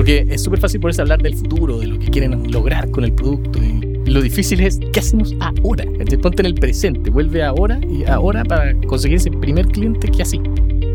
Porque es súper fácil ponerse a hablar del futuro, de lo que quieren lograr con el producto. Y lo difícil es, ¿qué hacemos ahora? Entonces, ponte en el presente, vuelve ahora y ahora para conseguir ese primer cliente que así.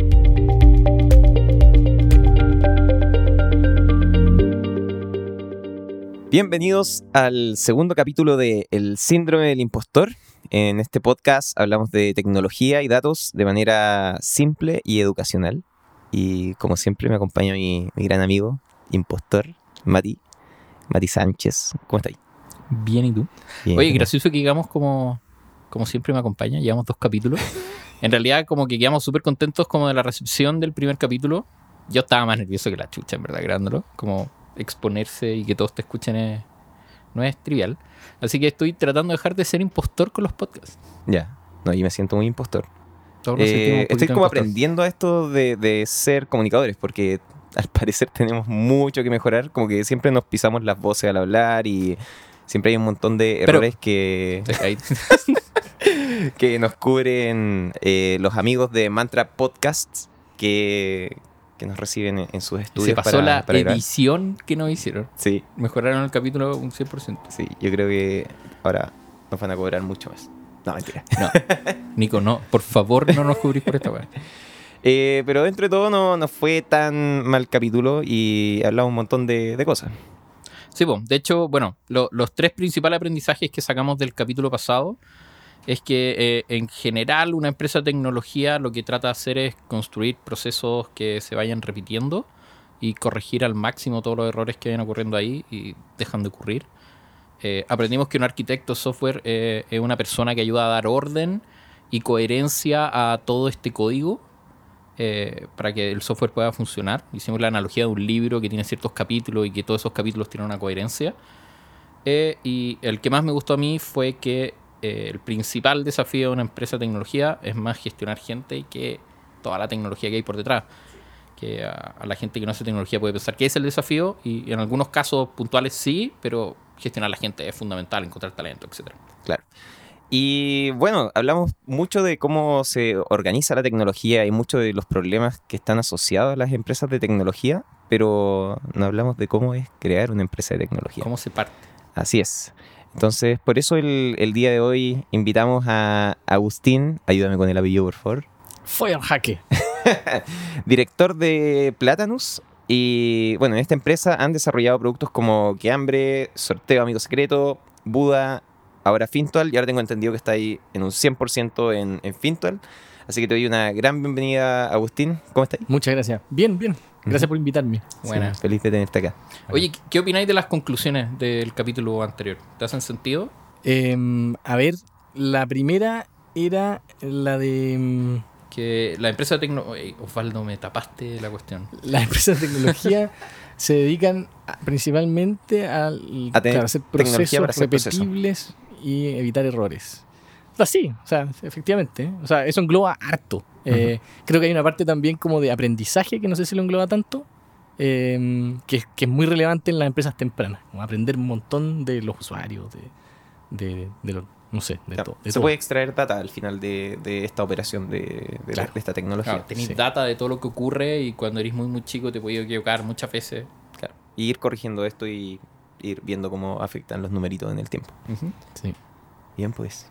Bienvenidos al segundo capítulo de El Síndrome del Impostor. En este podcast hablamos de tecnología y datos de manera simple y educacional. Y como siempre me acompaña mi gran amigo, impostor, Mati Sánchez. ¿Cómo estás? Bien, ¿y tú? Bien. Oye, gracioso que digamos como siempre me acompaña, llevamos 2 capítulos. En realidad como que quedamos súper contentos como de la recepción del primer capítulo. Yo estaba más nervioso que la chucha, en verdad, grabándolo. Como exponerse y que todos te escuchen no es trivial. Así que estoy tratando de dejar de ser impostor con los podcasts. Ya, no, yo me siento muy impostor. Todos nos sentimos un Estoy poquito como impostores. aprendiendo a esto de ser comunicadores, porque al parecer tenemos mucho que mejorar, como que siempre nos pisamos las voces al hablar y siempre hay un montón de errores que nos cubren los amigos de Mantra Podcasts que nos reciben en sus estudios. Se pasó la para grabar. edición que nos hicieron. Sí, Mejoraron el capítulo un 100%. sí, yo creo que ahora nos van a cobrar mucho más. No, mentira. No, Nico, no, por favor no nos cubrís por esta weá. Pero dentro de todo no fue tan mal capítulo y hablamos un montón de cosas. Sí, pues, de hecho, bueno, los 3 principales aprendizajes que sacamos del capítulo pasado es que en general una empresa de tecnología lo que trata de hacer es construir procesos que se vayan repitiendo y corregir al máximo todos los errores que vayan ocurriendo ahí y dejan de ocurrir. Aprendimos que un arquitecto de software es una persona que ayuda a dar orden y coherencia a todo este código para que el software pueda funcionar. Hicimos la analogía de un libro que tiene ciertos capítulos y que todos esos capítulos tienen una coherencia. Y el que más me gustó a mí fue que el principal desafío de una empresa de tecnología es más gestionar gente que toda la tecnología que hay por detrás. Que a la gente que no hace tecnología puede pensar que es el desafío y en algunos casos puntuales sí, pero gestionar la gente es fundamental, encontrar talento, etc. Claro. Y bueno, hablamos mucho de cómo se organiza la tecnología y mucho de los problemas que están asociados a las empresas de tecnología, pero no hablamos de cómo es crear una empresa de tecnología. ¿Cómo se parte? Así es. Entonces, por eso el día de hoy invitamos a Agustín, ayúdame con el apellido, por favor, Feuerhacke. director de Platanus. Y bueno, en esta empresa han desarrollado productos como Que Hambre, Sorteo Amigo Secreto, Buda, ahora Fintual, y ahora tengo entendido que está ahí en un 100% en Fintual. Así que te doy una gran bienvenida, Agustín. ¿Cómo estás? Muchas gracias. Bien. Gracias por invitarme. Buena. Sí, feliz de tenerte acá. Oye, ¿qué opináis de las conclusiones del capítulo anterior? ¿Te hacen sentido? A ver, la primera era la de... Que la empresa de tecnología... Osvaldo, me tapaste la cuestión. Las empresas de tecnología se dedican principalmente a tener hacer tecnología procesos para hacer repetibles y evitar errores. Sí, o sea, efectivamente. O sea, eso engloba harto. Creo que hay una parte también como de aprendizaje que no sé si lo engloba tanto, que es muy relevante en las empresas tempranas. Como aprender un montón de los usuarios, de los... No sé, de Claro, todo. se puede extraer data al final de esta operación de esta tecnología. Claro, tenéis Sí. data de todo lo que ocurre y cuando eres muy chico te puedes equivocar muchas veces. Claro. Y ir corrigiendo esto y ir viendo cómo afectan los numeritos en el tiempo. Sí. Bien, pues.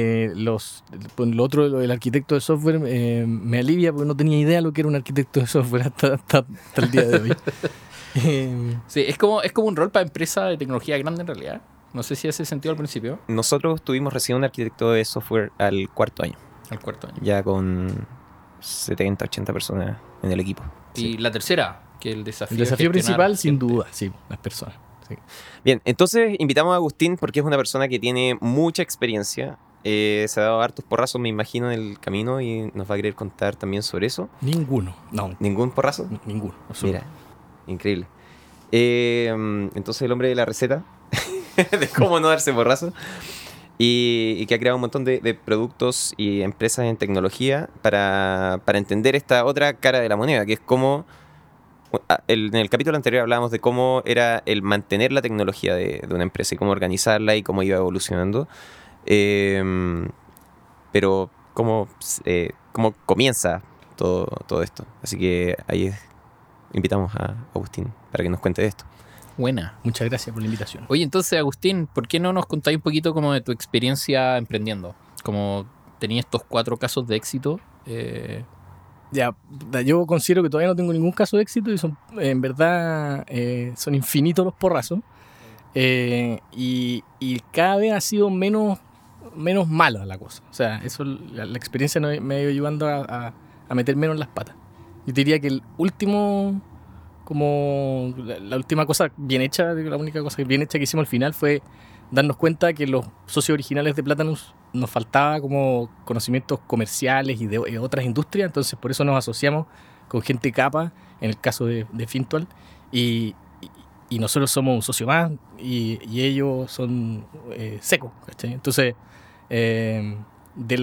Lo otro, lo del arquitecto de software, me alivia porque no tenía idea lo que era un arquitecto de software hasta el día de hoy. Sí, es como un rol para empresa de tecnología grande en realidad. No sé si hace sentido al principio, Nosotros tuvimos recién un arquitecto de software al 4º año, al 4º año. ya con 70, 80 personas en el equipo. Y la tercera, que el desafío El desafío es gestionar principal, sin gente. duda, sí, las personas. Sí. Bien, entonces invitamos a Agustín porque es una persona que tiene mucha experiencia. Se ha dado hartos porrazos, me imagino, en el camino y nos va a querer contar también sobre eso. Ninguno. No, ¿Ningún porrazo? ninguno. Mira, increíble. Entonces el hombre de la receta de cómo no darse porrazo y que ha creado un montón de productos y empresas en tecnología para entender esta otra cara de la moneda, que es cómo en el capítulo anterior hablábamos de cómo era el mantener la tecnología de una empresa y cómo organizarla y cómo iba evolucionando. Pero cómo comienza todo esto. Así que ahí es invitamos a Agustín para que nos cuente de esto. Buena. Muchas gracias por la invitación. Oye, entonces, Agustín, ¿por qué no nos contáis un poquito como de tu experiencia emprendiendo? Como tenías estos 4 casos de éxito. Ya, yo considero que todavía no tengo ningún caso de éxito y son, en verdad, son infinitos los porrazos. Y cada vez ha sido menos mala la cosa. O sea, eso, la experiencia me ha ido ayudando a meter menos las patas. Yo diría que el último, como la última cosa bien hecha, la única cosa bien hecha que hicimos al final fue darnos cuenta que los socios originales de Platanus nos faltaba como conocimientos comerciales y de otras industrias, entonces por eso nos asociamos con gente capa, en el caso de Fintual, y nosotros somos un socio más y ellos son secos, ¿cachai? Entonces, del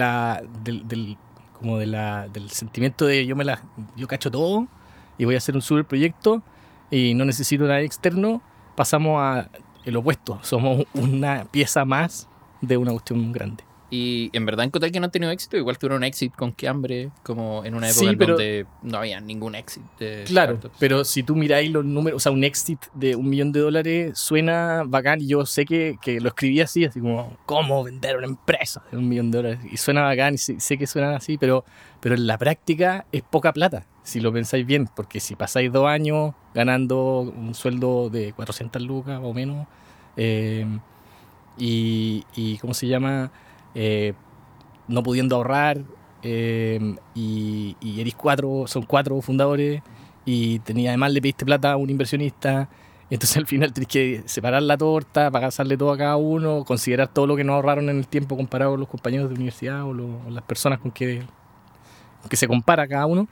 sentimiento de yo cacho todo y voy a hacer un super proyecto y no necesito nada externo, pasamos a el opuesto, somos una pieza más de una cuestión grande. Y en verdad encontré que no han tenido éxito, igual tuvieron éxito con Hambre, como en una época Sí, en pero, donde no había ningún éxito de claro, startups. pero si tú miráis los números, o sea, un exit de $1 millón suena bacán y yo sé que lo escribí así como, ¿cómo vender una empresa de $1 millón? Y suena bacán y sé que suena así, pero en la práctica es poca plata, si lo pensáis bien, porque si pasáis 2 años ganando un sueldo de 400 lucas o menos, y ¿cómo se llama? No pudiendo ahorrar, y eres son 4 fundadores y además le pediste plata a un inversionista, entonces al final tenés que separar la torta, pagarle todo a cada uno, considerar todo lo que no ahorraron en el tiempo comparado con los compañeros de universidad o las personas con que se compara cada uno.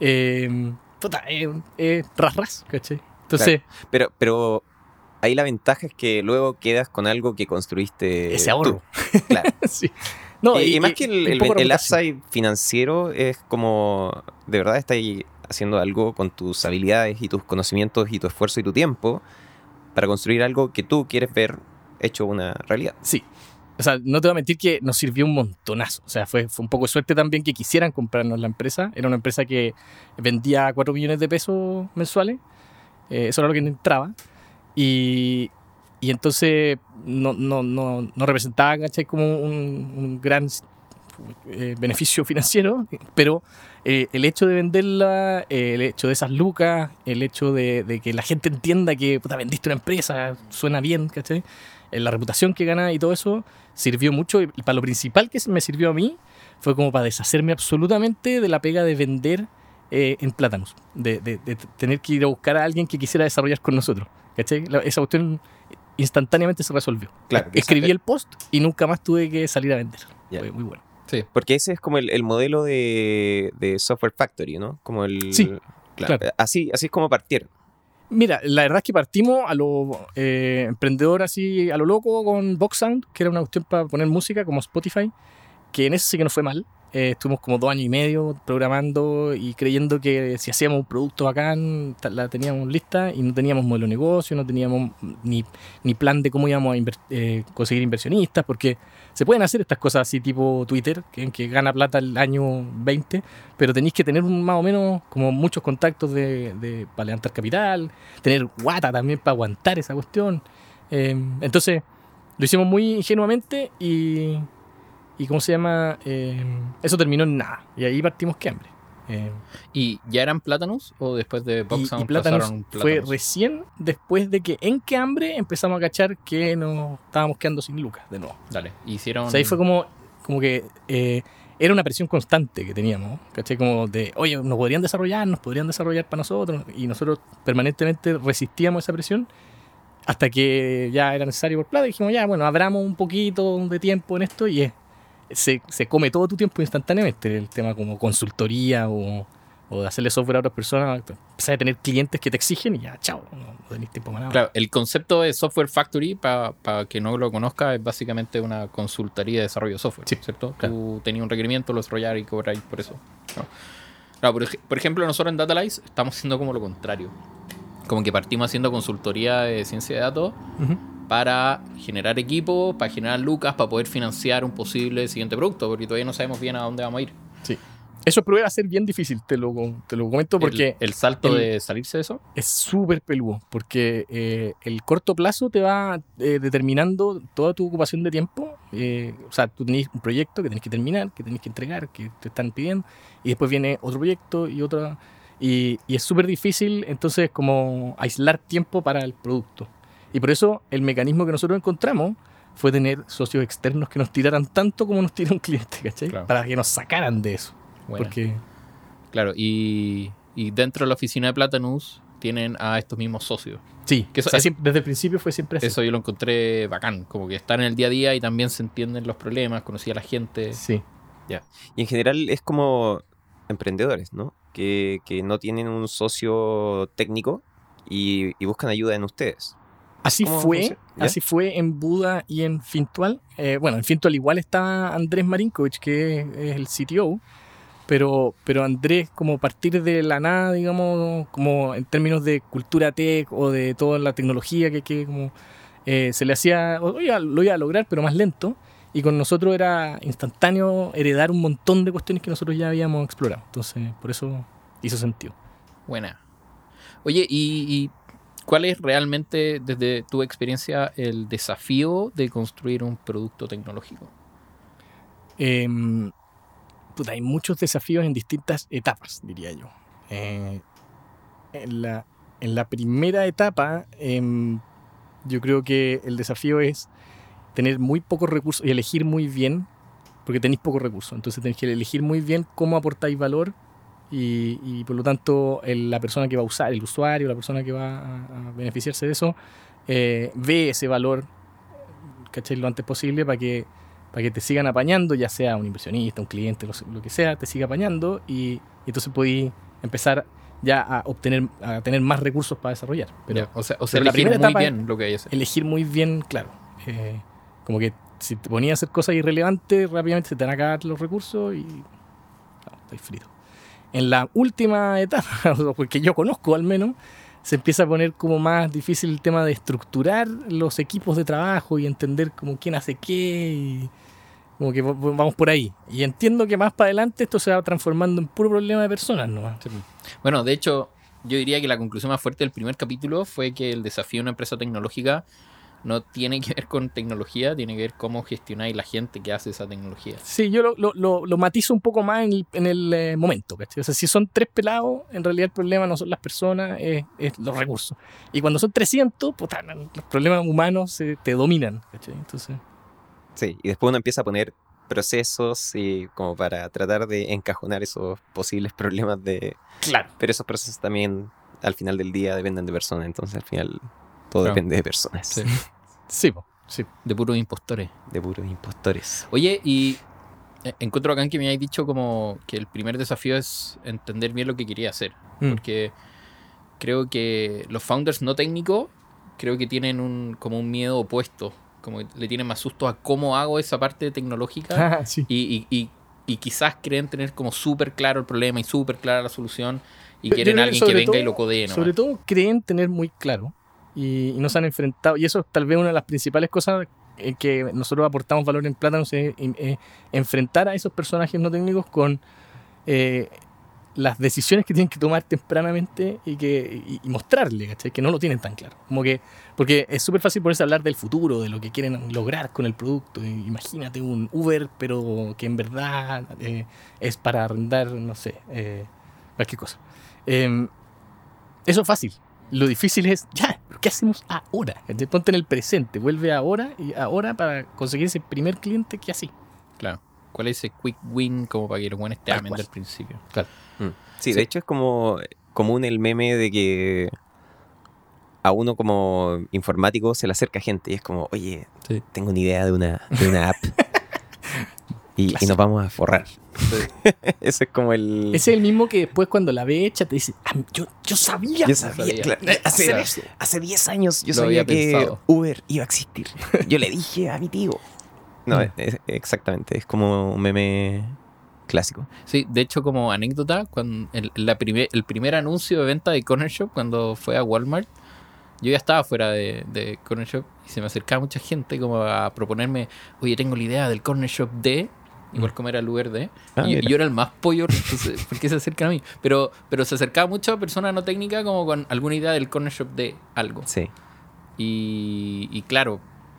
Ras, ¿cachai? Entonces, claro. Pero ahí la ventaja es que luego quedas con algo que construiste ese ahorro. tú. Claro. Sí. No, y más que el upside financiero es como, de verdad estás haciendo algo con tus habilidades y tus conocimientos y tu esfuerzo y tu tiempo para construir algo que tú quieres ver hecho una realidad. Sí. O sea, no te voy a mentir que nos sirvió un montonazo. O sea, fue un poco de suerte también que quisieran comprarnos la empresa. Era una empresa que vendía 4 millones de pesos mensuales. Eso era lo que entraba. Y entonces no representaba, ¿cachai? Como un gran beneficio financiero, pero el hecho de venderla, el hecho de esas lucas, el hecho de que la gente entienda que puta, vendiste una empresa, suena bien, ¿cachai? La reputación que gana y todo eso sirvió mucho, y para lo principal que me sirvió a mí fue como para deshacerme absolutamente de la pega de vender en Platanus, de tener que ir a buscar a alguien que quisiera desarrollar con nosotros, ¿cachai? Esa cuestión instantáneamente se resolvió. Claro, escribí el post y nunca más tuve que salir a vender. Yeah. Fue muy bueno. Sí. Porque ese es como el modelo de Software Factory, ¿no? Como Sí, claro. Así es como partieron. Mira, la verdad es que partimos a lo emprendedor así, a lo loco, con VoxSound, que era una cuestión para poner música como Spotify, que en eso sí que nos fue mal. Estuvimos como 2 años y medio programando y creyendo que si hacíamos un producto bacán, la teníamos lista, y no teníamos modelo de negocio, no teníamos ni plan de cómo íbamos a conseguir inversionistas, porque se pueden hacer estas cosas así tipo Twitter, que gana plata el año 20, pero tenéis que tener más o menos como muchos contactos para levantar capital, tener guata también para aguantar esa cuestión. Entonces lo hicimos muy ingenuamente y ¿cómo se llama? Eso terminó en nada. Y ahí partimos Hambre. ¿Y ya eran Platanus o después de VoxSound y Platanus pasaron fue Platanus? recién después de que en Hambre empezamos a cachar que nos estábamos quedando sin lucas de nuevo. Dale, hicieron... O sea, ahí fue como que era una presión constante que teníamos, ¿cachai? Como de, oye, nos podrían desarrollar para nosotros, y nosotros permanentemente resistíamos esa presión hasta que ya era necesario por plata, y dijimos, ya, bueno, abramos un poquito de tiempo en esto, y se come todo tu tiempo instantáneamente, el tema como consultoría o de hacerle software a otras personas. Empezás a tener clientes que te exigen y ya, chao, no tenés tiempo para nada. Claro, el concepto de Software Factory, para que no lo conozca, es básicamente una consultoría de desarrollo de software, Sí, ¿cierto? claro. Tú tenías un requerimiento, lo desarrollar y cobrar por eso. Claro, por ejemplo, nosotros en Datalize estamos haciendo como lo contrario. Como que partimos haciendo consultoría de ciencia de datos para generar equipo, para generar lucas, para poder financiar un posible siguiente producto, porque todavía no sabemos bien a dónde vamos a ir. Sí. Eso prueba a ser bien difícil, te lo comento porque El salto el- de salirse de eso. es súper peludo, porque el corto plazo te va determinando toda tu ocupación de tiempo. O sea, tú tenés un proyecto que tenés que terminar, que tenés que entregar, que te están pidiendo, y después viene otro proyecto y otra, y es súper difícil entonces como aislar tiempo para el producto. Y por eso el mecanismo que nosotros encontramos fue tener socios externos que nos tiraran tanto como nos tira un cliente, ¿cachai? Claro. Para que nos sacaran de eso. Buena. Porque Claro, y dentro de la oficina de Platanus tienen a estos mismos socios. sí, Que eso- o sea, desde el principio fue siempre así. Eso yo lo encontré bacán, como que están en el día a día y también se entienden los problemas, conocí a la gente. Sí. Y en general es como emprendedores, ¿no? Que no tienen un socio técnico y buscan ayuda en ustedes. Así ¿Cómo fue, funciona? ¿Ya? así fue en Buda y en Fintual. Bueno, en Fintual igual está Andrés Marinkovic, que es el CTO, pero Andrés, como partir de la nada, digamos, como en términos de cultura tech o de toda la tecnología que como, se le hacía, oye, lo iba a lograr, pero más lento. Y con nosotros era instantáneo heredar un montón de cuestiones que nosotros ya habíamos explorado. Entonces, por eso hizo sentido. Buena. Oye, ¿y cuál es realmente, desde tu experiencia, el desafío de construir un producto tecnológico? Puta, hay muchos desafíos en distintas etapas, diría yo. En la primera etapa, yo creo que el desafío es tener muy pocos recursos y elegir muy bien, porque tenéis pocos recursos. Entonces tenéis que elegir muy bien cómo aportáis valor y por lo tanto la persona que va a usar, el usuario, la persona que va a beneficiarse de eso, ve ese valor, ¿cachai? Lo antes posible para que te sigan apañando, ya sea un inversionista, un cliente, lo que sea, te siga apañando y entonces podéis empezar ya a tener más recursos para desarrollar. Pero Ya, o sea pero la elegir primera muy etapa bien lo que hay que hacer. elegir muy bien, claro. Como que si te ponías a hacer cosas irrelevantes, rápidamente se te van a acabar los recursos y estáis frito. En la última etapa, porque yo conozco al menos, se empieza a poner como más difícil el tema de estructurar los equipos de trabajo y entender como quién hace qué y como que vamos por ahí. Y entiendo que más para adelante esto se va transformando en puro problema de personas nomás. Bueno, de hecho, yo diría que la conclusión más fuerte del primer capítulo fue que el desafío de una empresa tecnológica no tiene que ver con tecnología, tiene que ver cómo gestionáis la gente que hace esa tecnología. Sí, yo lo matizo un poco más en el momento, ¿cachai? O sea, si son 3 pelados, en realidad el problema no son las personas, es los recursos. Y cuando son 300, puta, los problemas humanos te dominan, ¿cachai? Entonces, Sí, y después uno empieza a poner procesos y como para tratar de encajonar esos posibles problemas de... claro. Pero esos procesos también al final del día dependen de personas, entonces al final todo Claro. depende de personas, Sí. Sí, sí. De puros impostores. de puros impostores. Oye, y encuentro acá que me habéis dicho como que el primer desafío es entender bien lo que quería hacer. Porque creo que los founders no técnicos creo que tienen como un miedo opuesto. Como que le tienen más susto a cómo hago esa parte tecnológica. Ah, sí. Y quizás creen tener como súper claro el problema y súper clara la solución. Y Yo quieren creo a alguien que sobre venga todo- y lo codee nomás. Sobre todo creen tener muy claro y no se han enfrentado. Y eso es tal vez una de las principales cosas que nosotros aportamos valor en Plátanos, es enfrentar a esos personajes no técnicos con las decisiones que tienen que tomar tempranamente y mostrarle, ¿cachai? Que no lo tienen tan claro. Como que, porque es súper fácil ponerse a hablar del futuro, de lo que quieren lograr con el producto. Imagínate un Uber, pero que en verdad es para arrendar, no sé, cualquier cosa. Eso es fácil. Lo difícil es, ya, ¿qué hacemos ahora? ¿Cachai? Ponte en el presente, vuelve ahora y ahora para conseguir ese primer cliente que así. Claro. ¿Cuál es ese quick win como para que los buenos te Tal amen cual. del principio? Sí, Sí. de hecho es como común el meme de que a uno como informático se le acerca gente y es como, oye, Sí. tengo una idea de una app y nos vamos a forrar. Ese es como el... Ese es el mismo que después cuando la ve hecha te dice, yo sabía. Yo sabía, sabía. claro, hace 10 años yo Lo sabía había que pensado. Uber iba a existir. Yo le dije a mi tío. No, exactamente, es como un meme clásico. Sí, de hecho, como anécdota, cuando el primer anuncio de venta de Corner Shop, cuando fue a Walmart, yo ya estaba fuera de Corner Shop y se me acercaba mucha gente como a proponerme, oye, tengo la idea del Corner Shop de... igual como era el URD. Ah, y mira. yo era el más pollo, entonces, ¿por qué se acercan a mí? Pero se acercaba mucho a personas no técnicas como con alguna idea del corner shop de algo. Sí. Y claro,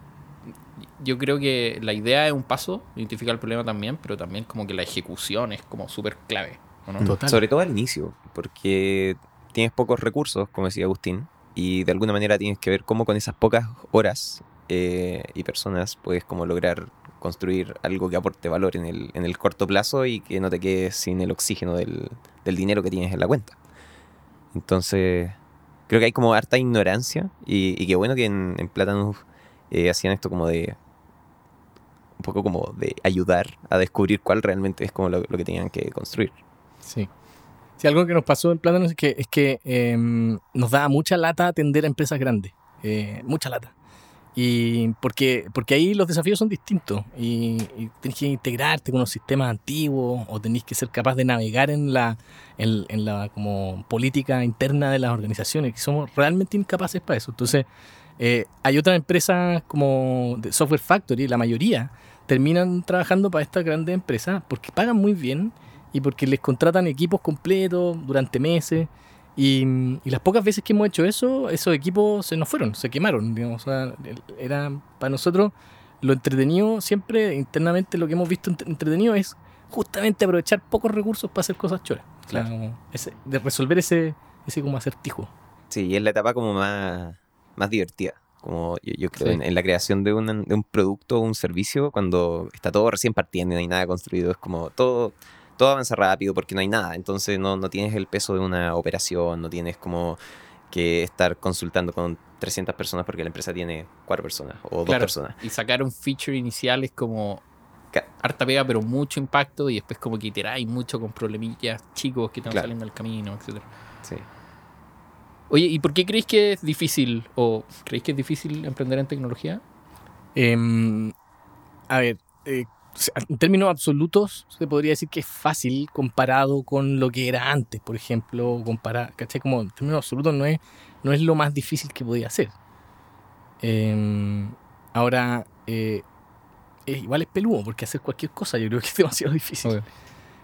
yo creo que la idea es un paso, identificar el problema también, pero también como que la ejecución es como súper clave, ¿o no? Total. Sobre todo al inicio, porque tienes pocos recursos, como decía Agustín, y de alguna manera tienes que ver cómo con esas pocas horas y personas puedes como lograr construir algo que aporte valor en el corto plazo y que no te quedes sin el oxígeno del dinero que tienes en la cuenta. Entonces, creo que hay como harta ignorancia y qué bueno que en Platanus hacían esto como de un poco como de ayudar a descubrir cuál realmente es como lo que tenían que construir. Sí. Sí, algo que nos pasó en Plátanos es que nos daba mucha lata atender a empresas grandes. Mucha lata. Y porque ahí los desafíos son distintos. Y tenés que integrarte con los sistemas antiguos o tenés que ser capaz de navegar en la como política interna de las organizaciones, que somos realmente incapaces para eso. Entonces, hay otras empresas como de Software Factory, la mayoría terminan trabajando para estas grandes empresas porque pagan muy bien y porque les contratan equipos completos durante meses. Y las pocas veces que hemos hecho eso, esos equipos se nos fueron, se quemaron, digamos. O sea, era para nosotros lo entretenido, siempre internamente lo que hemos visto entretenido es justamente aprovechar pocos recursos para hacer cosas choras. Claro. O sea, como de resolver ese como acertijo. Sí, y es la etapa como más divertida. Como yo creo Sí. en la creación de un producto o un servicio, cuando está todo recién partiendo y no hay nada construido, es como todo avanza rápido porque no hay nada. Entonces no tienes el peso de una operación, no tienes como que estar consultando con 300 personas porque la empresa tiene 4 personas o 2 Claro, personas. y sacar un feature inicial es como Ca- harta pega, pero mucho impacto, y después como que iteráis mucho con problemillas chicos que están Claro. saliendo del camino, etc. Sí. Oye, ¿y por qué creéis que es difícil, o creéis que es difícil emprender en tecnología? A ver, o sea, en términos absolutos se podría decir que es fácil comparado con lo que era antes, por ejemplo, ¿cachai? Como en términos absolutos no es lo más difícil que podía ser. Ahora, igual es peludo, porque hacer cualquier cosa yo creo que es demasiado difícil. Ok.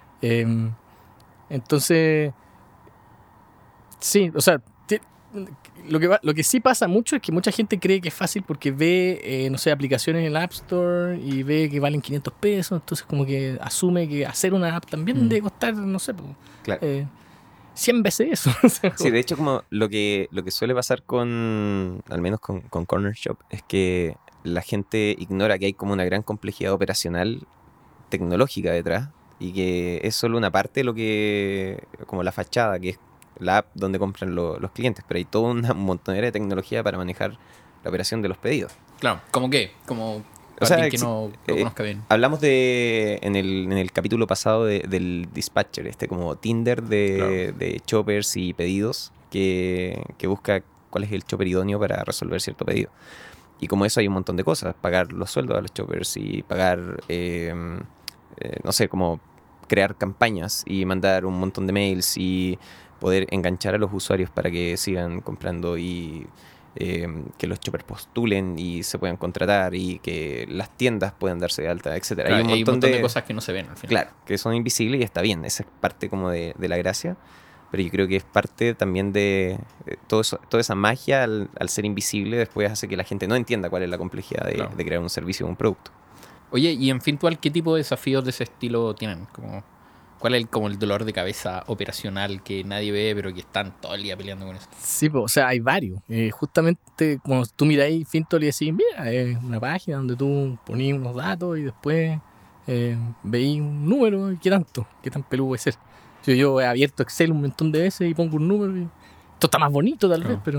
Entonces, sí, o sea, lo que sí pasa mucho es que mucha gente cree que es fácil porque ve, no sé, aplicaciones en el App Store y ve que valen 500 pesos, entonces como que asume que hacer una app también debe costar, no sé, Claro. 100 veces eso. O sea, Sí, de hecho, como lo que suele pasar al menos con Corner Shop, es que la gente ignora que hay como una gran complejidad operacional tecnológica detrás y que es solo una parte de lo que, como la fachada, que es la app donde compran los clientes, pero hay toda una montonera de tecnología para manejar la operación de los pedidos. Claro, ¿cómo qué? Como O para sea, alguien que no lo conozca bien. Hablamos en el capítulo pasado del dispatcher, como Tinder de choppers y pedidos que busca cuál es el chopper idóneo para resolver cierto pedido. Y como eso hay un montón de cosas, pagar los sueldos a los choppers y pagar, no sé, como crear campañas y mandar un montón de mails y poder enganchar a los usuarios para que sigan comprando y que los choppers postulen y se puedan contratar y que las tiendas puedan darse de alta, etcétera. Claro, Hay un montón de cosas que no se ven al final. Claro, que son invisibles y está bien, esa es parte como de la gracia, pero yo creo que es parte también de toda esa magia al ser invisible después hace que la gente no entienda cuál es la complejidad de crear un servicio o un producto. Oye, y en Fintual, ¿qué tipo de desafíos de ese estilo tienen? ¿Cuál es como el dolor de cabeza operacional que nadie ve, pero que están todo el día peleando con eso? sí, o sea, hay varios. Justamente cuando tú miráis Fintol y decís, mira, es una página donde tú ponís unos datos y después veís un número y qué tanto, qué tan peludo puede ser. Yo he abierto Excel un montón de veces y pongo un número y esto está más bonito tal vez,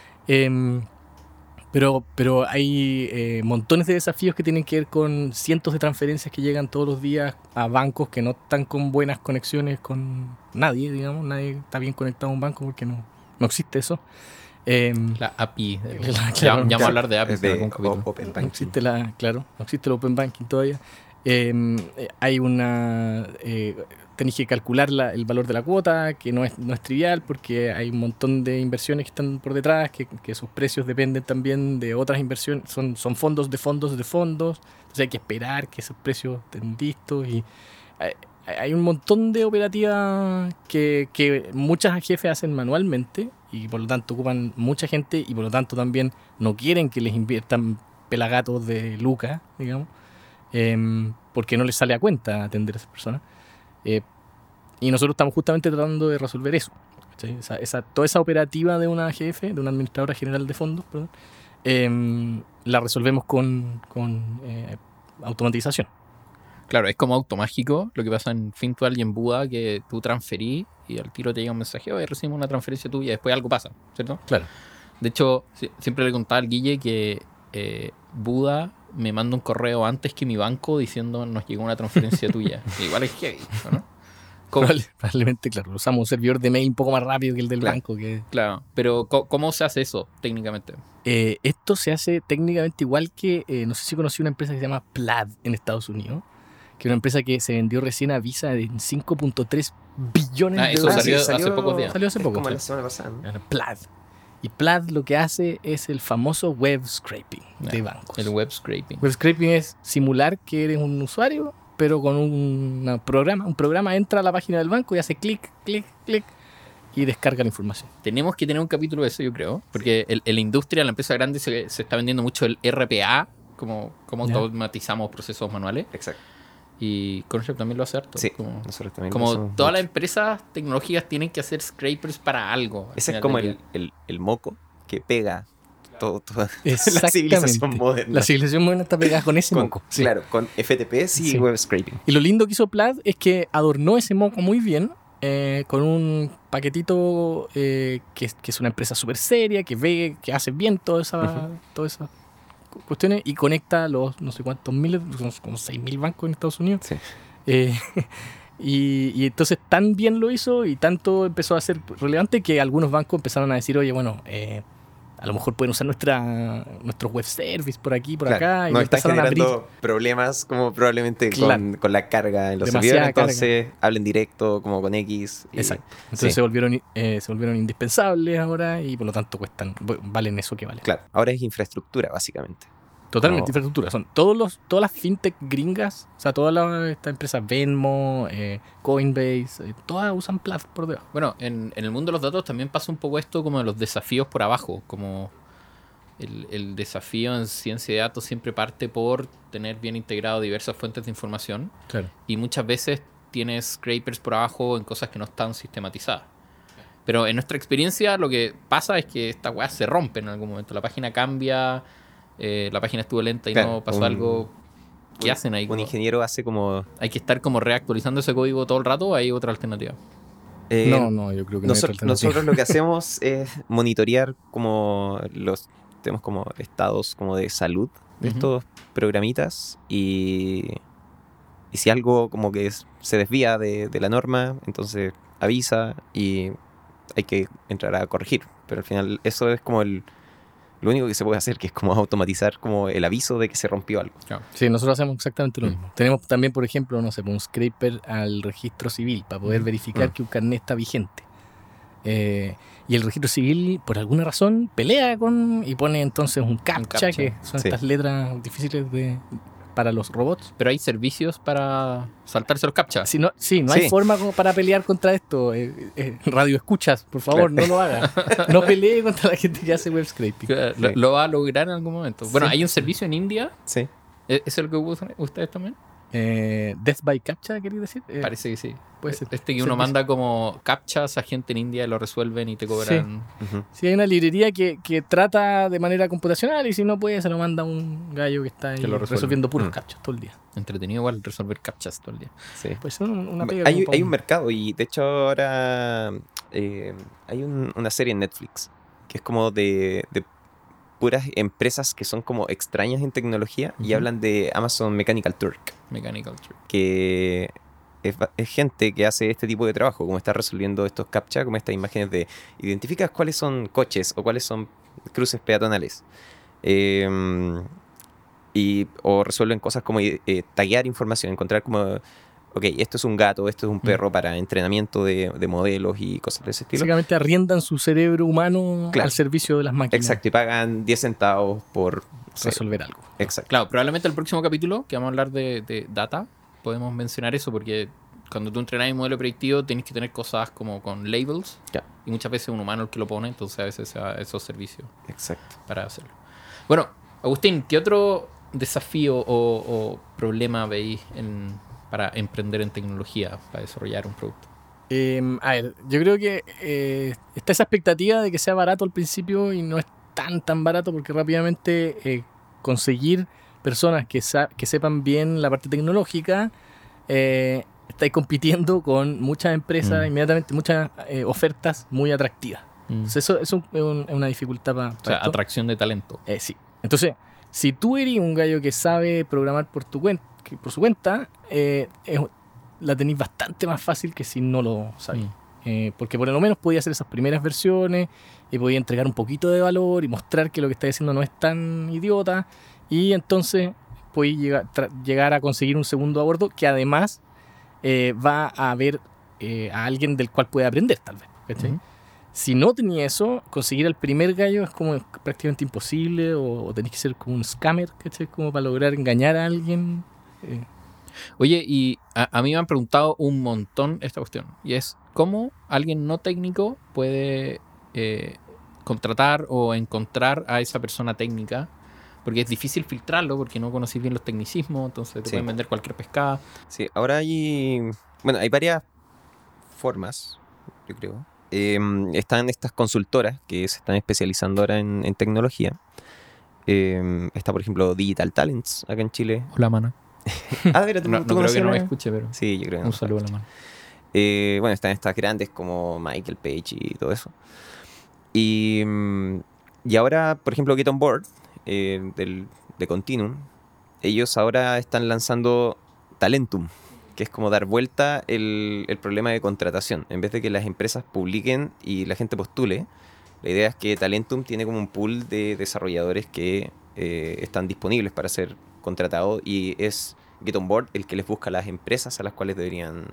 pero hay montones de desafíos que tienen que ver con cientos de transferencias que llegan todos los días a bancos que no están con buenas conexiones con nadie, digamos. Nadie está bien conectado a un banco porque no existe eso. La API. Claro, Ya vamos a hablar de Es APIs en de algún capítulo. Open no Banking. existe no existe el Open Banking todavía. Hay una tenéis que calcular el valor de la cuota, que no es trivial porque hay un montón de inversiones que están por detrás, que sus precios dependen también de otras inversiones, son fondos de fondos de fondos, entonces hay que esperar que esos precios estén listos y hay un montón de operativas que muchas jefes hacen manualmente y por lo tanto ocupan mucha gente y por lo tanto también no quieren que les inviertan pelagatos de lucas, digamos, porque no les sale a cuenta atender a esas personas. Y nosotros estamos justamente tratando de resolver eso. Toda esa operativa de una jefe, de una administradora general de fondos, perdón, la resolvemos con automatización. Claro, es como automágico lo que pasa en Fintual y en Buda, que tú transferís y al tiro te llega un mensaje, oye, recibimos una transferencia tuya y después algo pasa, ¿cierto? Claro. De hecho, siempre le contaba al Guille que Buda me manda un correo antes que mi banco diciendo nos llegó una transferencia tuya. Igual es heavy, ¿no? Probablemente, claro. Usamos un servidor de mail un poco más rápido que el del banco. Claro, pero ¿cómo se hace eso técnicamente? Esto se hace técnicamente igual que, no sé si conocí una empresa que se llama Plaid en Estados Unidos, que es una empresa que se vendió recién a Visa en 5.3 billones de eso dólares. salió hace pocos días. Salió hace poco. Como la semana pasada, ¿no? Plaid. Y Plaid lo que hace es el famoso web scraping de bancos. El web scraping. Web scraping es simular que eres un usuario, pero con un programa entra a la página del banco y hace clic, clic, clic y descarga la información. Tenemos que tener un capítulo de eso, yo creo, porque en la industria, la empresa grande, se está vendiendo mucho el RPA, como automatizamos procesos manuales. Exacto. Y Concept también lo hace harto. Sí, nosotros también como lo hacemos todas mucho. las empresas tecnológicas tienen que hacer scrapers para algo. Ese es como el moco que pega toda la Exactamente. civilización moderna. La civilización moderna está pegada con ese moco. Sí. Claro, con FTPs y web scraping. Y lo lindo que hizo Plaid es que adornó ese moco muy bien con un paquetito que es una empresa súper seria, que ve, que hace bien todas esas cuestiones y conecta los no sé cuántos miles, como 6.000 bancos en Estados Unidos. Sí. Y entonces tan bien lo hizo y tanto empezó a ser relevante que algunos bancos empezaron a decir, oye, bueno, a lo mejor pueden usar nuestro web service por aquí, por acá. Y nos están empezaron a abrir generando problemas como probablemente Claro. con la carga en los Demasiada servidores, entonces hablen directo como con X. Exacto. Entonces se volvieron indispensables ahora y por lo tanto valen eso que valen. Claro, ahora es infraestructura básicamente. Totalmente infraestructura. Son todas las fintech gringas, o sea, todas estas empresas, Venmo, Coinbase, todas usan Plaid por debajo. Bueno, en el mundo de los datos también pasa un poco esto como de los desafíos por abajo, como el desafío en ciencia de datos siempre parte por tener bien integrado diversas fuentes de información. Claro. Y muchas veces tienes scrapers por abajo en cosas que no están sistematizadas. Pero en nuestra experiencia lo que pasa es que esta weá se rompe en algún momento. La página cambia, la página estuvo lenta y no pasó algo. ¿Qué hacen ahí? Un ingeniero hace como... ¿Hay que estar como reactualizando ese código todo el rato o hay otra alternativa? No, yo creo que nosotros lo que hacemos es monitorear como tenemos como estados como de salud de estos programitas y si algo como que se desvía de la norma, entonces avisa y hay que entrar a corregir. Pero al final eso es como lo único que se puede hacer, que es como automatizar como el aviso de que se rompió algo. Claro. Sí, nosotros hacemos exactamente lo mismo. Tenemos también, por ejemplo, no sé, un scraper al registro civil para poder verificar que un carnet está vigente. Y el registro civil, por alguna razón, pelea y pone entonces un captcha, que son estas letras difíciles para los robots. Pero hay servicios para saltarse los captchas. No hay forma como para pelear contra esto. Radio escuchas, por favor, no lo haga. No pelee contra la gente que hace web scraping. Lo va a lograr en algún momento. Bueno, hay un servicio en India. Sí. ¿Es el que usan ustedes también? Death by Captcha, ¿queréis decir? Parece que sí. Puede ser. Que uno manda como captchas a gente en India y lo resuelven y te cobran. Sí, hay una librería que trata de manera computacional y si no puede se lo manda un gallo que está ahí resolviendo puros captchas todo el día. Entretenido igual resolver captchas todo el día. Sí. Pues una pega. Hay un mercado y de hecho ahora hay una serie en Netflix que es como de puras empresas que son como extrañas en tecnología y hablan de Amazon Mechanical Turk. Que es gente que hace este tipo de trabajo, como está resolviendo estos captcha, como estas imágenes de identificas cuáles son coches o cuáles son cruces peatonales. O resuelven cosas como taguear información, encontrar como ok, esto es un gato, esto es un perro para entrenamiento de modelos y cosas de ese estilo. Básicamente arriendan su cerebro humano Claro. al servicio de las máquinas. Exacto, y pagan 10 centavos por Resolver algo. Exacto. Claro, probablemente el próximo capítulo, que vamos a hablar de data, podemos mencionar eso, porque cuando tú entrenas un modelo predictivo tienes que tener cosas como con labels, Ya. y muchas veces es un humano el que lo pone, entonces a veces se da esos servicios Exacto. para hacerlo. Bueno, Agustín, ¿qué otro desafío o problema veis para emprender en tecnología, para desarrollar un producto? A ver, yo creo que está esa expectativa de que sea barato al principio y no es tan barato porque rápidamente conseguir personas que sepan bien la parte tecnológica, estáis compitiendo con muchas empresas, inmediatamente muchas ofertas muy atractivas. Entonces eso es una dificultad para O sea, esto. atracción de talento. Sí. Entonces, si tú eres un gallo que sabe programar por tu cuenta, por su cuenta, la tenéis bastante más fácil que si no lo sabéis. Porque por lo menos podía hacer esas primeras versiones y podía entregar un poquito de valor y mostrar que lo que estáis haciendo no es tan idiota. Y entonces podéis llegar a conseguir un segundo a bordo que además va a ver a alguien del cual puede aprender, tal vez. ¿Cachai? Si no tenía eso, conseguir al primer gallo es como prácticamente imposible o tenés que ser como un scammer, ¿cachai? Como para lograr engañar a alguien. Oye, y a mí me han preguntado un montón esta cuestión, y es cómo alguien no técnico puede contratar o encontrar a esa persona técnica, porque es difícil filtrarlo, porque no conocís bien los tecnicismos, entonces te pueden vender cualquier pescada. Sí, ahora hay varias formas, yo creo. Están estas consultoras que se están especializando ahora en tecnología. Está, por ejemplo, Digital Talents acá en Chile. Hola, mana. Pero No creo que no me escuche, pero Sí, yo creo que no. un saludo a la mano. Bueno, están estas grandes como Michael Page y todo eso. Y ahora, por ejemplo, Get On Board, de Continuum, ellos ahora están lanzando Talentum, que es como dar vuelta el problema de contratación. En vez de que las empresas publiquen y la gente postule, la idea es que Talentum tiene como un pool de desarrolladores que están disponibles para ser contratados, y es Get On Board el que les busca las empresas a las cuales deberían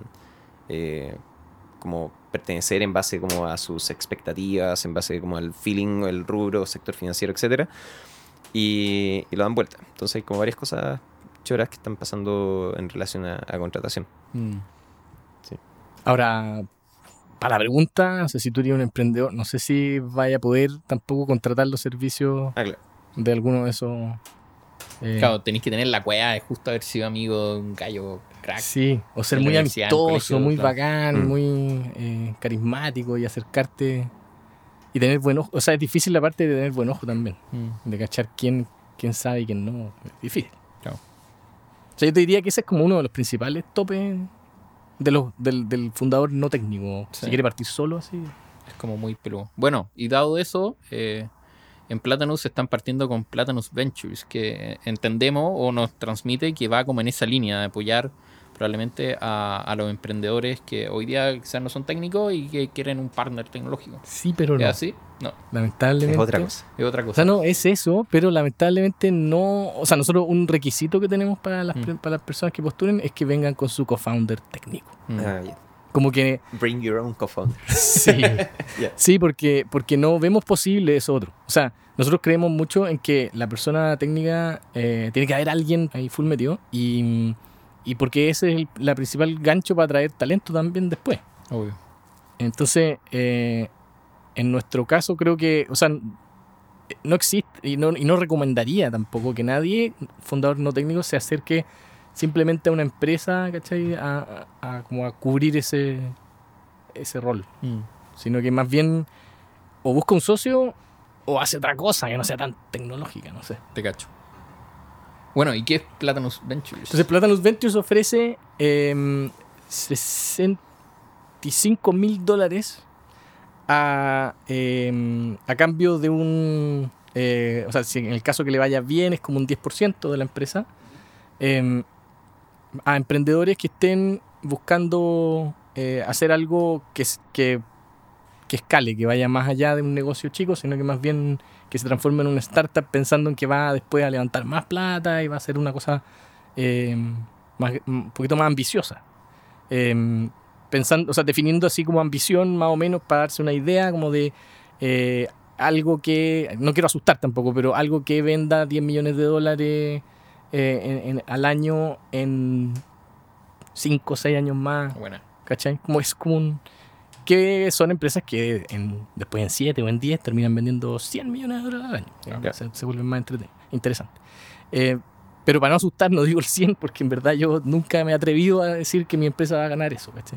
como pertenecer en base como a sus expectativas, en base como al feeling, el rubro, sector financiero, etcétera, y lo dan vuelta. Entonces hay como varias cosas choras que están pasando en relación a contratación. Sí. Ahora, para la pregunta, no sé si tú eres un emprendedor, no sé si vaya a poder tampoco contratar los servicios Claro. de alguno de esos. Claro, tenéis que tener la cueva de justo haber sido amigo de un gallo crack. Sí, o ser En la muy universidad, en amistoso, colegio, muy claro. bacán, muy carismático y acercarte y tener buen ojo. O sea, es difícil la parte de tener buen ojo también, de cachar quién sabe y quién no. Es difícil. Claro. O sea, yo te diría que ese es como uno de los principales topes del fundador no técnico. Sí. Si quiere partir solo, así. Es como muy peludo. Bueno, y dado eso, en Platanus están partiendo con Platanus Ventures, que entendemos o nos transmite que va como en esa línea de apoyar probablemente a los emprendedores que hoy día quizás no son técnicos y que quieren un partner tecnológico. Sí, pero ¿Es no. así? No, Lamentablemente. Es otra cosa. es otra O cosa. sea, no, es eso, pero lamentablemente no. O sea, nosotros un requisito que tenemos para para las personas que postulen es que vengan con su co-founder técnico. Yeah. Como que. Bring your own co-founder. Sí. Yeah. Sí, porque no vemos posible eso otro. O sea, nosotros creemos mucho en que la persona técnica tiene que haber alguien ahí full metido y porque ese es la principal gancho para atraer talento también después. Obvio. Entonces, en nuestro caso creo que, o sea, no existe y no recomendaría tampoco que nadie, fundador no técnico, se acerque simplemente a una empresa, ¿cachai? Como a cubrir ese rol. Sino que más bien o busca un socio o hace otra cosa que no sea tan tecnológica, no sé. Te cacho. Bueno, ¿y qué es Platanus Ventures? Entonces Platanus Ventures ofrece $65,000 a cambio de un... o sea, si en el caso que le vaya bien es como un 10% de la empresa, a emprendedores que estén buscando hacer algo que escale, que vaya más allá de un negocio chico, sino que más bien que se transforme en una startup pensando en que va después a levantar más plata y va a ser una cosa un poquito más ambiciosa. pensando, o sea, definiendo así como ambición más o menos para darse una idea como de algo que, no quiero asustar tampoco, pero algo que venda $10 millones al año en 5 o 6 años más, Buena. ¿cachai? Como es como que son empresas que después en 7 o en 10 terminan vendiendo $100 millones al año. Claro. Se vuelven más interesantes. Pero para no asustar, no digo el 100 porque en verdad yo nunca me he atrevido a decir que mi empresa va a ganar eso, ¿cachai?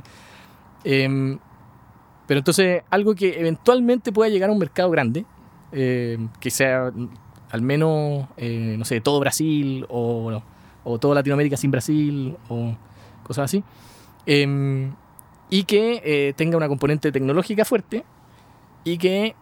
Pero entonces, algo que eventualmente pueda llegar a un mercado grande, que sea al menos, no sé, todo Brasil o toda Latinoamérica sin Brasil o cosas así, y que tenga una componente tecnológica fuerte y que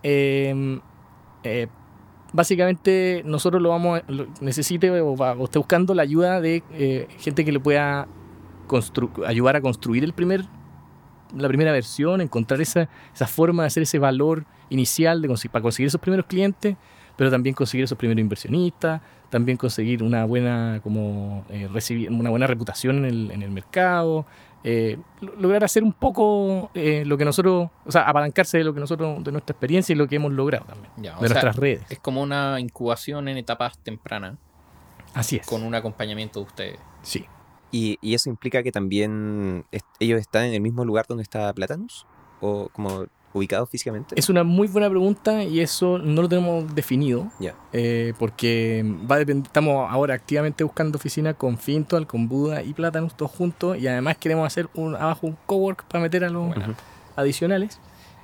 básicamente nosotros necesite o esté buscando la ayuda de gente que le pueda ayudar a construir la primera versión, encontrar esa forma de hacer ese valor inicial para conseguir esos primeros clientes, pero también conseguir esos primeros inversionistas, también conseguir una buena recibir una buena reputación en el mercado, lograr hacer un poco lo que nosotros, o sea, apalancarse de lo que nosotros, de nuestra experiencia y lo que hemos logrado también, Ya, de nuestras redes. Es como una incubación en etapas tempranas, Así es. con un acompañamiento de ustedes. Sí. ¿Y eso implica que también ellos están en el mismo lugar donde está Platanus? ¿O como ubicados físicamente? Es una muy buena pregunta y eso no lo tenemos definido. Ya. Porque va a depender. Estamos ahora activamente buscando oficina con Fintual, con Buda y Platanus todos juntos, y además queremos hacer abajo un cowork para meter a los adicionales.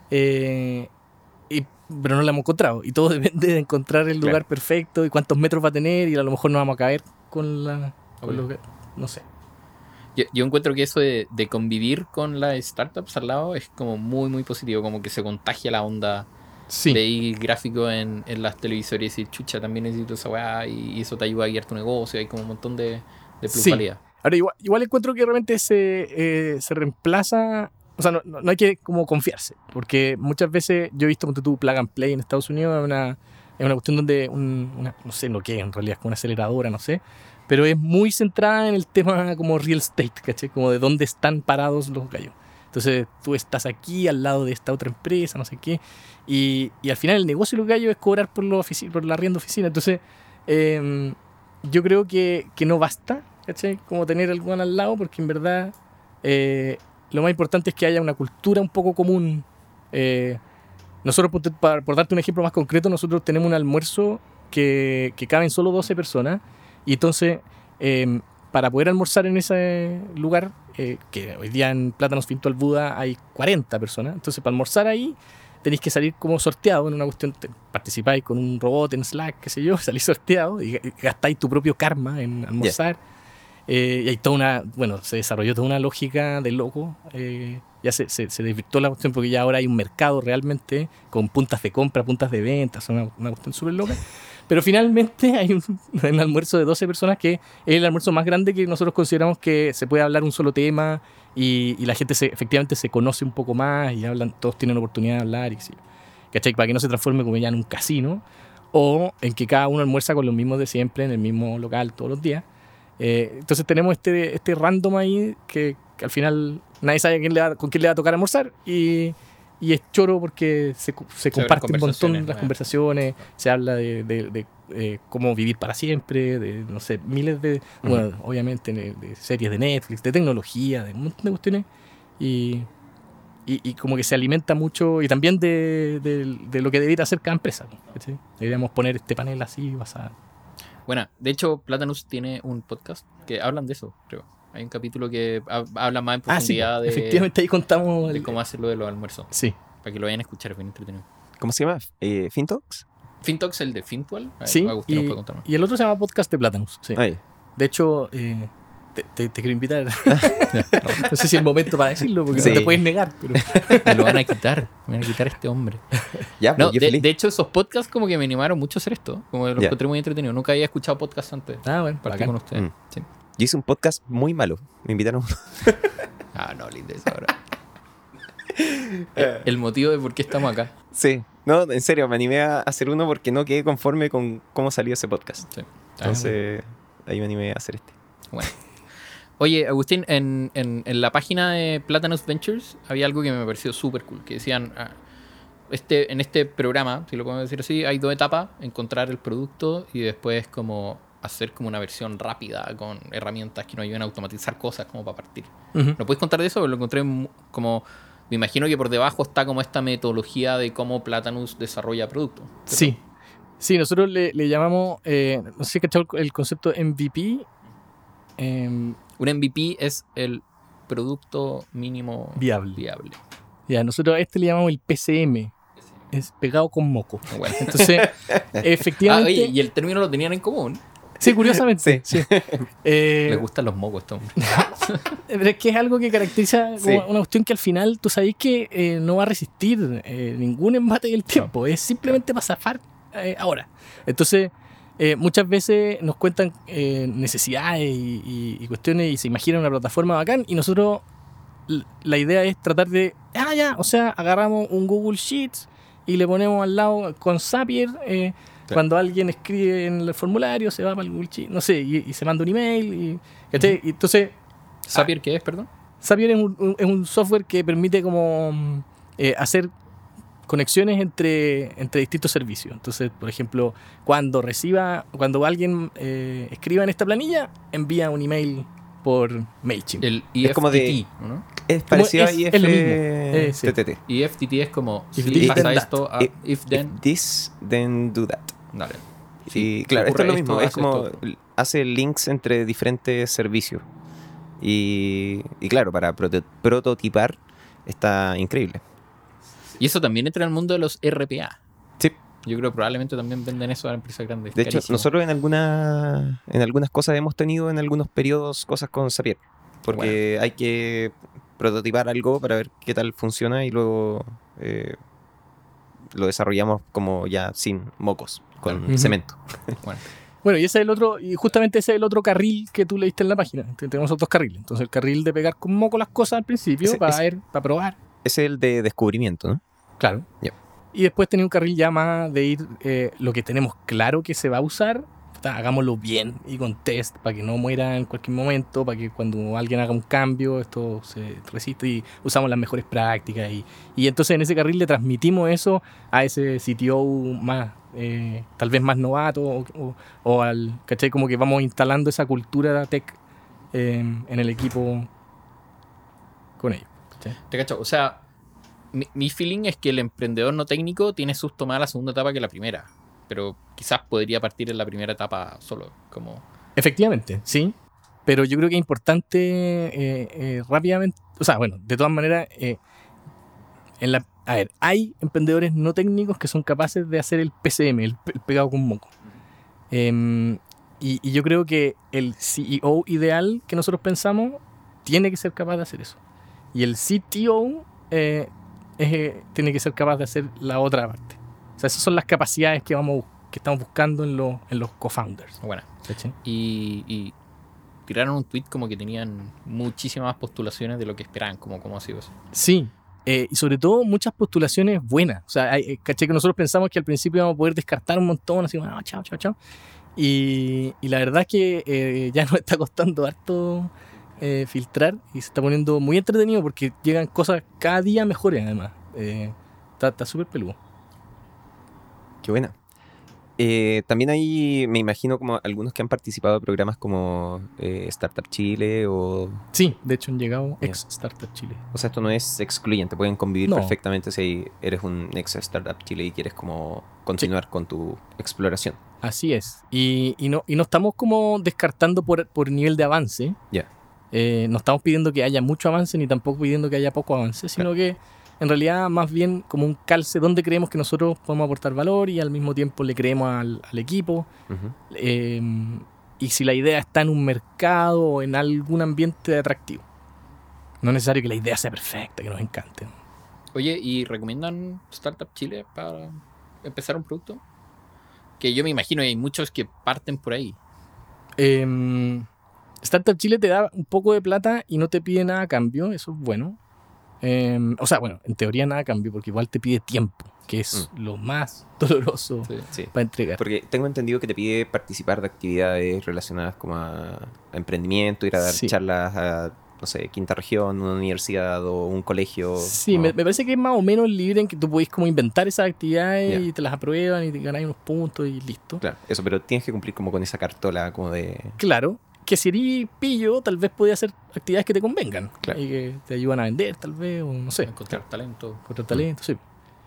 Pero no lo hemos encontrado y todo depende de encontrar el lugar perfecto y cuántos metros va a tener, y a lo mejor no vamos a caber con no sé. Yo encuentro que eso de convivir con las startups al lado es como muy, muy positivo, como que se contagia la onda. Sí. Veí gráficos en las televisores y decir, chucha, también necesito esa weá, y eso te ayuda a guiar tu negocio, hay como un montón de plusvalía. Sí. Ahora, igual encuentro que realmente se reemplaza, o sea, no hay que como confiarse, porque muchas veces yo he visto ponte tú Plug and Play en Estados Unidos, es una cuestión donde no sé lo que es en realidad, es como una aceleradora, no sé, pero es muy centrada en el tema como real estate, ¿cachai? Como de dónde están parados los gallos. Entonces tú estás aquí al lado de esta otra empresa, no sé qué, y al final el negocio de los gallos es cobrar por la arriendo oficina. Entonces yo creo que no basta, ¿cachai? Como tener algo al lado, porque en verdad lo más importante es que haya una cultura un poco común. Nosotros, por darte un ejemplo más concreto, nosotros tenemos un almuerzo que caben solo 12 personas, y entonces para poder almorzar en ese lugar, que hoy día en Plátanos Fintual Buda hay 40 personas, entonces para almorzar ahí tenéis que salir como sorteado en una cuestión, participáis con un robot en Slack, qué sé yo, salís sorteado y gastáis tu propio karma en almorzar. Y hay se desarrolló toda una lógica de loco. Ya se desvirtuó la cuestión porque ya ahora hay un mercado realmente con puntas de compra, puntas de venta, es una cuestión súper loca. Pero finalmente hay un almuerzo de 12 personas que es el almuerzo más grande que nosotros consideramos que se puede hablar un solo tema y la gente efectivamente se conoce un poco más y todos tienen oportunidad de hablar, y ¿cachai? Para que no se transforme como ya en un casino o en que cada uno almuerza con los mismos de siempre en el mismo local todos los días. Entonces tenemos este random ahí que al final nadie sabe con quién le va a tocar almorzar, y es choro porque se comparte un montón las conversaciones, se habla de cómo vivir para siempre, de no sé, miles de, bueno, obviamente de series de Netflix, de tecnología, de un montón de cuestiones, y como que se alimenta mucho, y también de lo que debería hacer cada empresa, ¿sí? Deberíamos poner este panel así basado. Bueno, de hecho, Platanus tiene un podcast que hablan de eso, creo. Hay un capítulo que habla más en profundidad sí, efectivamente ahí contamos de cómo hacerlo de los almuerzos. Sí. Para que lo vayan a escuchar, es bien entretenido. ¿Cómo se llama? ¿Fintalks? Fintalks, el de Fintual. Sí, y el otro se llama Podcast de Platanus. Sí. De hecho, te quiero invitar. No sé si es el momento para decirlo, porque no te puedes negar. Pero... Me lo van a quitar. Me van a quitar este hombre. Ya, no, de hecho, esos podcasts como que me animaron mucho a hacer esto. Como los encontré muy entretenidos. Nunca había escuchado podcasts antes. Bueno, partí con ustedes. Sí. Yo hice un podcast muy malo. Me invitaron. No, lindo eso ahora. El motivo de por qué estamos acá. Sí. No, en serio, me animé a hacer uno porque no quedé conforme con cómo salió ese podcast. Sí. Entonces, ahí me animé a hacer este. Oye, Agustín, en la página de Platanus Ventures había algo que me pareció súper cool, que decían, en este programa, si lo podemos decir así, hay 2 etapas: encontrar el producto y después como hacer como una versión rápida con herramientas que nos ayuden a automatizar cosas como para partir. Ujú. ¿No puedes contar de eso? Lo encontré como... Me imagino que por debajo está como esta metodología de cómo Platanus desarrolla productos. Sí. Sí, nosotros le llamamos, no sé si cachado el concepto MVP. Un MVP es el producto mínimo Viable. viable. Nosotros a este le llamamos el PCM. Es pegado con moco. Bueno. Entonces, efectivamente. Oye, y el término lo tenían en común. Sí, curiosamente. Sí. Les gustan los mocos, este hombre. Pero es que es algo que caracteriza Sí. una cuestión que al final tú sabes que no va a resistir ningún embate del tiempo. Es simplemente para zafar ahora. Entonces, muchas veces nos cuentan necesidades y cuestiones y se imaginan una plataforma bacán y nosotros la idea es tratar de, o sea, agarramos un Google Sheets y le ponemos al lado con Zapier. Cuando alguien escribe en el formulario, se va para el Google Sheet, no sé, y se manda un email. ¿Cachai? Y entonces, ¿Zapier qué es, perdón? Zapier es un software que permite como hacer conexiones entre distintos servicios. Entonces, por ejemplo, cuando alguien escriba en esta planilla, envía un email por MailChimp. El Es como de- IFTT, ¿no? Es parecido a es lo mismo. Sí. IFTTT. IFTT es como, If si this, pasa then esto, If- if then, If this, then do that. dale. Y Si claro, esto es lo ocurre mismo, esto, es como haz esto. hace links entre diferentes servicios. Y claro, para prototipar está increíble. Y eso también entra en el mundo de los RPA. Sí. Yo creo que probablemente también venden eso a empresas grandes. De hecho, carísimo. nosotros en algunas cosas hemos tenido en algunos periodos cosas con Zapier. Porque hay que prototipar algo para ver qué tal funciona y luego lo desarrollamos como ya sin mocos, con Ujú. cemento. Bueno, Bueno, y ese es el otro, y justamente ese es el otro carril que tú leíste en la página. Tenemos otros carriles. Entonces, el carril de pegar con moco las cosas al principio Ese- para ese- ver, para probar. Ese es el de descubrimiento, ¿no? Claro. Ya. Y después tenía un carril ya más de ir lo que tenemos claro que se va a usar, hagámoslo bien y con test para que no muera en cualquier momento, para que cuando alguien haga un cambio esto se resiste y usamos las mejores prácticas. Y entonces en ese carril le transmitimos eso a ese CTO más, tal vez más novato o al, ¿cachai? Como que vamos instalando esa cultura tech en el equipo con ellos. ¿Cachai? te cacho. O sea, mi feeling es que el emprendedor no técnico tiene sus tomadas la segunda etapa que la primera. Pero quizás podría partir en la primera etapa solo. Como... Efectivamente, sí. Pero yo creo que es importante rápidamente, o sea, bueno, de todas maneras, a ver, hay emprendedores no técnicos que son capaces de hacer el PCM, el pegado con moco. Y yo creo que el CEO ideal que nosotros pensamos tiene que ser capaz de hacer eso. Y el CTO tiene que ser capaz de hacer la otra parte. O sea, esas son las capacidades que estamos buscando en los co-founders. Bueno. ¿Cachai? Y tiraron un tweet como que tenían muchísimas postulaciones de lo que esperaban. ¿Cómo ha sido eso? Sí, y sobre todo muchas postulaciones buenas. O sea, caché que nosotros pensamos que al principio íbamos a poder descartar un montón, así como, chao. Y la verdad es que ya nos está costando harto filtrar y se está poniendo muy entretenido porque llegan cosas cada día mejores además. Está súper peludo. Qué buena. También hay, me imagino, como algunos que han participado de programas como Startup Chile o... Sí, de hecho han llegado Ya. ex Startup Chile. O sea, esto no es excluyente, pueden convivir No. perfectamente si eres un ex Startup Chile y quieres como continuar con tu exploración. Así es. Y no estamos como descartando por nivel de avance. Ya. No estamos pidiendo que haya mucho avance ni tampoco pidiendo que haya poco avance, sino que en realidad más bien como un calce donde creemos que nosotros podemos aportar valor y al mismo tiempo le creemos al equipo. Ujú. Y si la idea está en un mercado o en algún ambiente atractivo. No es necesario que la idea sea perfecta, que nos encante. Oye, ¿y recomiendan Startup Chile para empezar un producto? Que yo me imagino que hay muchos que parten por ahí. Startup Chile te da un poco de plata y no te pide nada a cambio, eso es bueno. O sea, bueno, en teoría nada cambia porque igual te pide tiempo, que es lo más doloroso Sí. para entregar. Porque tengo entendido que te pide participar de actividades relacionadas como a emprendimiento, ir a dar Sí. charlas a, no sé, quinta región, una universidad o un colegio. Sí, ¿no? me parece que es más o menos libre en que tú podés como inventar esas actividades Ya. y te las aprueban y te ganáis unos puntos y listo. Claro, eso, pero tienes que cumplir como con esa cartola como de... Claro, que si eres pillo, tal vez podías hacer actividades que te convengan Claro. y que te ayudan a vender, tal vez, o no sé, Encontrar talento. encontrar talento, sí.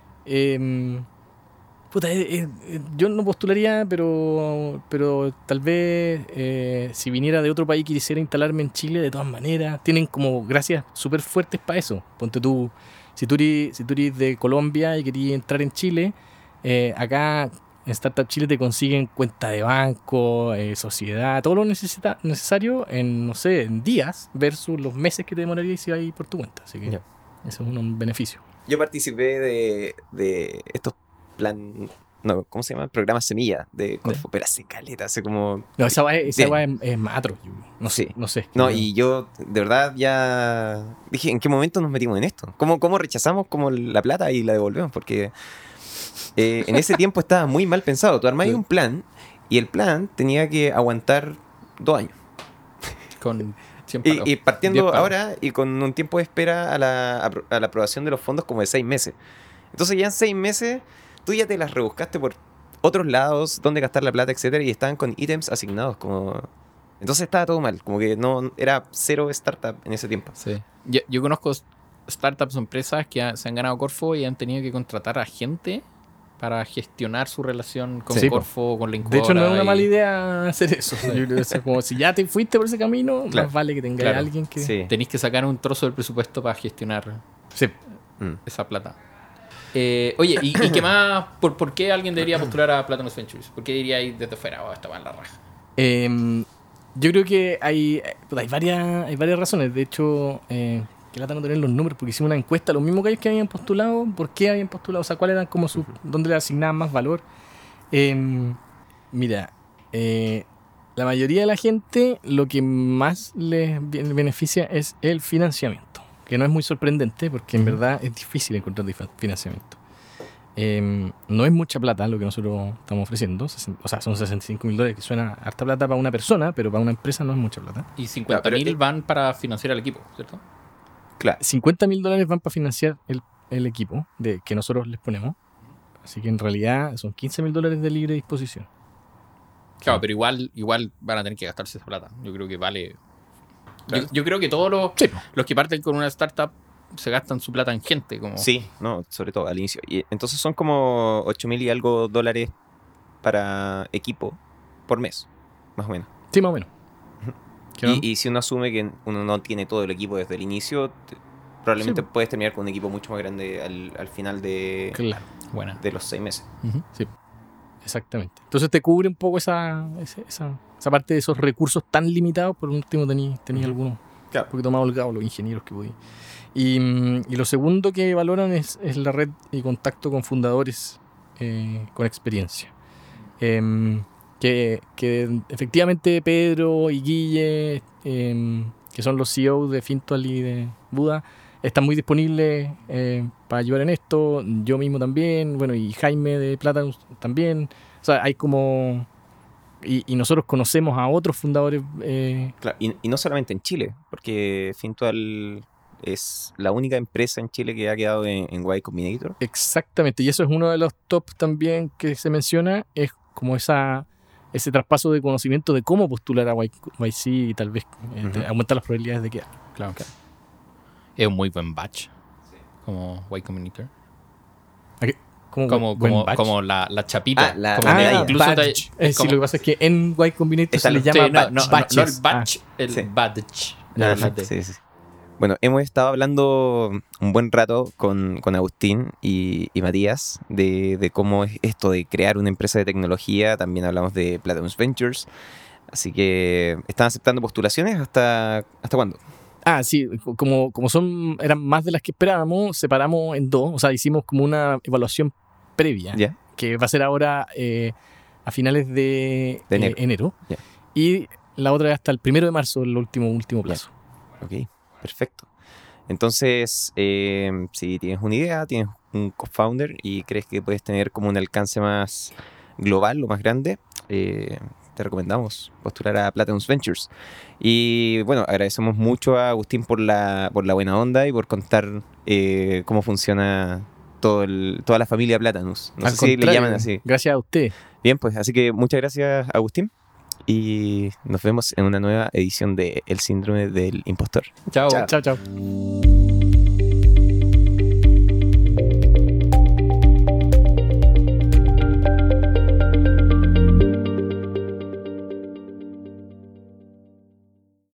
Puta, yo no postularía, pero tal vez si viniera de otro país y quisiera instalarme en Chile, de todas maneras, tienen como gracias súper fuertes para eso. Ponte tú, si tú eres de Colombia y querías entrar en Chile, acá en Startup Chile te consiguen cuenta de banco, sociedad, todo lo necesario en, no sé, en días versus los meses que te demorarías si vas por tu cuenta. Así que Ya. eso es un beneficio. Yo participé de estos no, ¿cómo se llama? Programas semilla de Corfo, pero hace caleta, hace como... No, esa weá Bien. es matro. No sé, Sí. no sé. No, y yo de verdad ya dije, ¿en qué momento nos metimos en esto? ¿Cómo rechazamos como la plata y la devolvemos? Porque en ese tiempo estaba muy mal pensado. Tú armabas un plan y el plan tenía que aguantar 2 años. Con 100 Y pagos. 10 partiendo pagos. ahora y con un tiempo de espera a la aprobación de los fondos como de 6 meses. Entonces ya en 6 meses tú ya te las rebuscaste por otros lados, dónde gastar la plata, etcétera, y estaban con ítems asignados como... Entonces estaba todo mal, como que no era cero startup en ese tiempo. Sí. Yo conozco startups o empresas que se han ganado Corfo y han tenido que contratar a gente para gestionar su relación con Sí, Corfo, con la De incubadora. hecho, no es una y- mala idea hacer eso. Yo creo que es como si ya te fuiste por ese camino, Claro, más vale que tengáis claro, a alguien que... Sí. Tenéis que sacar un trozo del presupuesto para gestionar Sí. Mm. esa plata. Oye, ¿y qué más? ¿Por qué alguien debería postular a Platinum Ventures? ¿Por qué diría ahí desde fuera, oh, esta va en la raja? Yo creo que hay varias razones. De hecho, que lata no tener los números, porque hicimos una encuesta, los mismos gallos que habían postulado, ¿por qué habían postulado? O sea, ¿cuál eran como dónde le asignaban más valor? Mira, la mayoría de la gente lo que más les beneficia es el financiamiento, que no es muy sorprendente porque en verdad es difícil encontrar financiamiento. No es mucha plata lo que nosotros estamos ofreciendo, o sea, son $65,000, que suena harta plata para una persona, pero para una empresa no es mucha plata. Y 50.000 van para financiar al equipo, ¿cierto? Claro. $50,000 van para financiar el equipo que nosotros les ponemos, así que en realidad son $15,000 de libre disposición. Claro, pero igual van a tener que gastarse esa plata. Yo creo que vale. Claro. Yo creo que todos Sí. los que parten con una startup se gastan su plata en gente. Como... Sí, no, sobre todo al inicio. Y entonces son como 8,000 y algo dólares para equipo por mes, más o menos. Sí, más o menos. ¿Qué más? Y si uno asume que uno no tiene todo el equipo desde el inicio, probablemente Sí. puedes terminar con un equipo mucho más grande al final de Claro. Buena. de los 6 meses. Ujú. Sí, exactamente. Entonces te cubre un poco esa parte de esos recursos tan limitados. Por último, tenía algunos Claro. un poquito más holgados, los ingenieros que podían. Y lo segundo que valoran es la red y contacto con fundadores con experiencia. Que efectivamente Pedro y Guille, que son los CEOs de Fintual y de Buda, están muy disponibles para ayudar en esto. Yo mismo también, bueno, y Jaime de Platanus también. O sea, hay como... Y nosotros conocemos a otros fundadores. Claro, y no solamente en Chile, porque Fintual es la única empresa en Chile que ha quedado en Y Combinator. Exactamente, y eso es uno de los top también que se menciona, es como ese traspaso de conocimiento de cómo postular a YC y tal vez aumentar las probabilidades de quedar. Claro. Es un muy buen batch. Como Y Combinator. Como la chapita. Como incluso badge. es Sí, como- lo que pasa es que en Y Combinator Está se le los- llama Sí, no el badges. batch, el Sí. badge. Ah, sí. Bueno, hemos estado hablando un buen rato con Agustín y Matías de cómo es esto de crear una empresa de tecnología. También hablamos de Platinum Ventures. Así que, ¿están aceptando postulaciones? ¿Hasta cuándo? Sí, como eran más de las que esperábamos, separamos en dos, o sea, hicimos como una evaluación previa, ¿Ya? que va a ser ahora a finales de enero. Ya. Y la otra hasta el 1 de marzo, el último plazo. Ok, perfecto. Entonces, si tienes una idea, tienes un co-founder y crees que puedes tener como un alcance más global o más grande, te recomendamos postular a Platanus Ventures. Y bueno, agradecemos mucho a Agustín por la buena onda y por contar cómo funciona toda la familia Platanus. No Al sé si le contrario, llaman así. Gracias a usted. Bien, pues así que muchas gracias, Agustín. Y nos vemos en una nueva edición de El Síndrome del Impostor. Chao. Chao, chao.